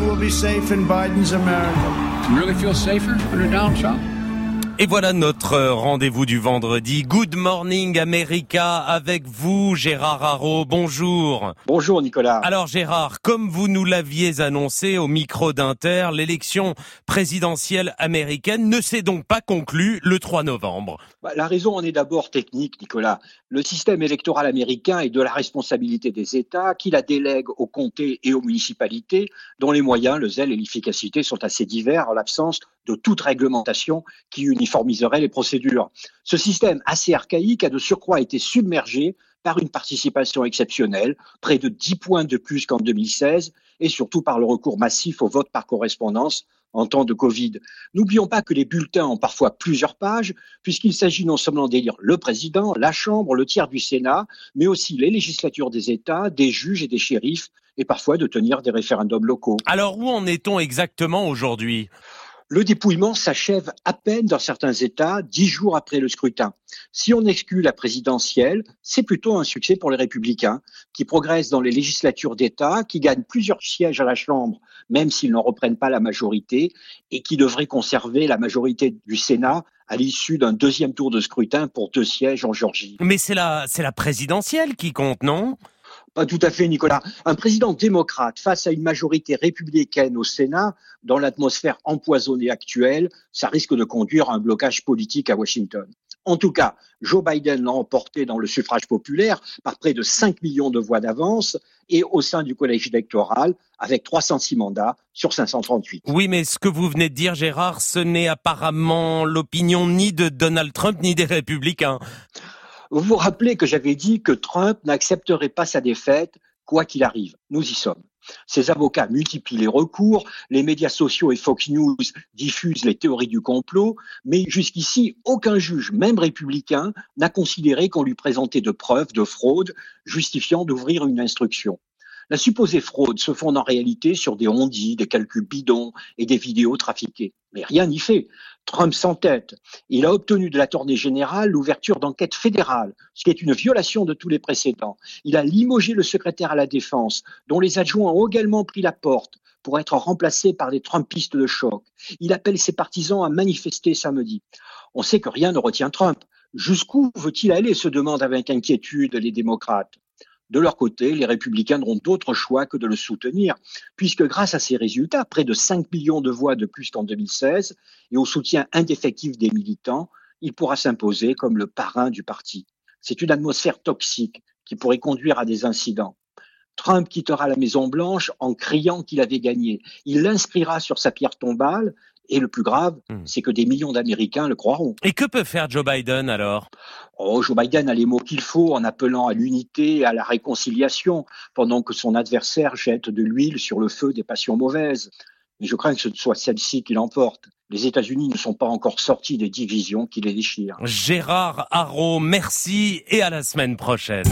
will be safe in Biden's America. You really feel safer under Donald Trump? Et voilà notre rendez-vous du vendredi. Good morning America avec vous, Gérard Haro. Bonjour. Bonjour Nicolas. Alors Gérard, comme vous nous l'aviez annoncé au micro d'Inter, l'élection présidentielle américaine ne s'est donc pas conclue le 3 novembre. La raison en est d'abord technique, Nicolas. Le système électoral américain est de la responsabilité des États qui la délèguent aux comtés et aux municipalités dont les moyens, le zèle et l'efficacité sont assez divers en l'absence de toute réglementation qui uniformiserait les procédures. Ce système assez archaïque a de surcroît été submergé par une participation exceptionnelle, près de 10 points de plus qu'en 2016, et surtout par le recours massif au vote par correspondance en temps de Covid. N'oublions pas que les bulletins ont parfois plusieurs pages, puisqu'il s'agit non seulement d'élire le président, la Chambre, le tiers du Sénat, mais aussi les législatures des États, des juges et des shérifs, et parfois de tenir des référendums locaux. Alors où en est-on exactement aujourd'hui ? Le dépouillement s'achève à peine dans certains États, 10 jours après le scrutin. Si on exclut la présidentielle, c'est plutôt un succès pour les républicains, qui progressent dans les législatures d'État, qui gagnent plusieurs sièges à la Chambre, même s'ils n'en reprennent pas la majorité, et qui devraient conserver la majorité du Sénat à l'issue d'un deuxième tour de scrutin pour 2 sièges en Géorgie. Mais c'est la présidentielle qui compte, non ? Pas tout à fait, Nicolas. Un président démocrate face à une majorité républicaine au Sénat, dans l'atmosphère empoisonnée actuelle, ça risque de conduire à un blocage politique à Washington. En tout cas, Joe Biden l'a emporté dans le suffrage populaire par près de 5 millions de voix d'avance et au sein du collège électoral avec 306 mandats sur 538. Oui, mais ce que vous venez de dire, Gérard, ce n'est apparemment l'opinion ni de Donald Trump ni des républicains. Vous vous rappelez que j'avais dit que Trump n'accepterait pas sa défaite, quoi qu'il arrive. Nous y sommes. Ses avocats multiplient les recours, les médias sociaux et Fox News diffusent les théories du complot, mais jusqu'ici, aucun juge, même républicain, n'a considéré qu'on lui présentait de preuves de fraude justifiant d'ouvrir une instruction. La supposée fraude se fonde en réalité sur des on-dit, des calculs bidons et des vidéos trafiquées. Mais rien n'y fait. Trump s'entête. Il a obtenu de l'Attorney général l'ouverture d'enquêtes fédérales, ce qui est une violation de tous les précédents. Il a limogé le secrétaire à la Défense, dont les adjoints ont également pris la porte pour être remplacés par des Trumpistes de choc. Il appelle ses partisans à manifester samedi. On sait que rien ne retient Trump. Jusqu'où veut-il aller, se demandent avec inquiétude les démocrates. De leur côté, les républicains n'auront d'autre choix que de le soutenir, puisque grâce à ces résultats, près de 5 millions de voix de plus qu'en 2016, et au soutien indéfectible des militants, il pourra s'imposer comme le parrain du parti. C'est une atmosphère toxique qui pourrait conduire à des incidents. Trump quittera la Maison-Blanche en criant qu'il avait gagné. Il l'inscrira sur sa pierre tombale, et le plus grave, c'est que des millions d'Américains le croiront. Et que peut faire Joe Biden alors ? Joe Biden a les mots qu'il faut en appelant à l'unité et à la réconciliation, pendant que son adversaire jette de l'huile sur le feu des passions mauvaises. Mais je crains que ce soit celle-ci qui l'emporte. Les États-Unis ne sont pas encore sortis des divisions qui les déchirent. Gérard Haro, merci et à la semaine prochaine.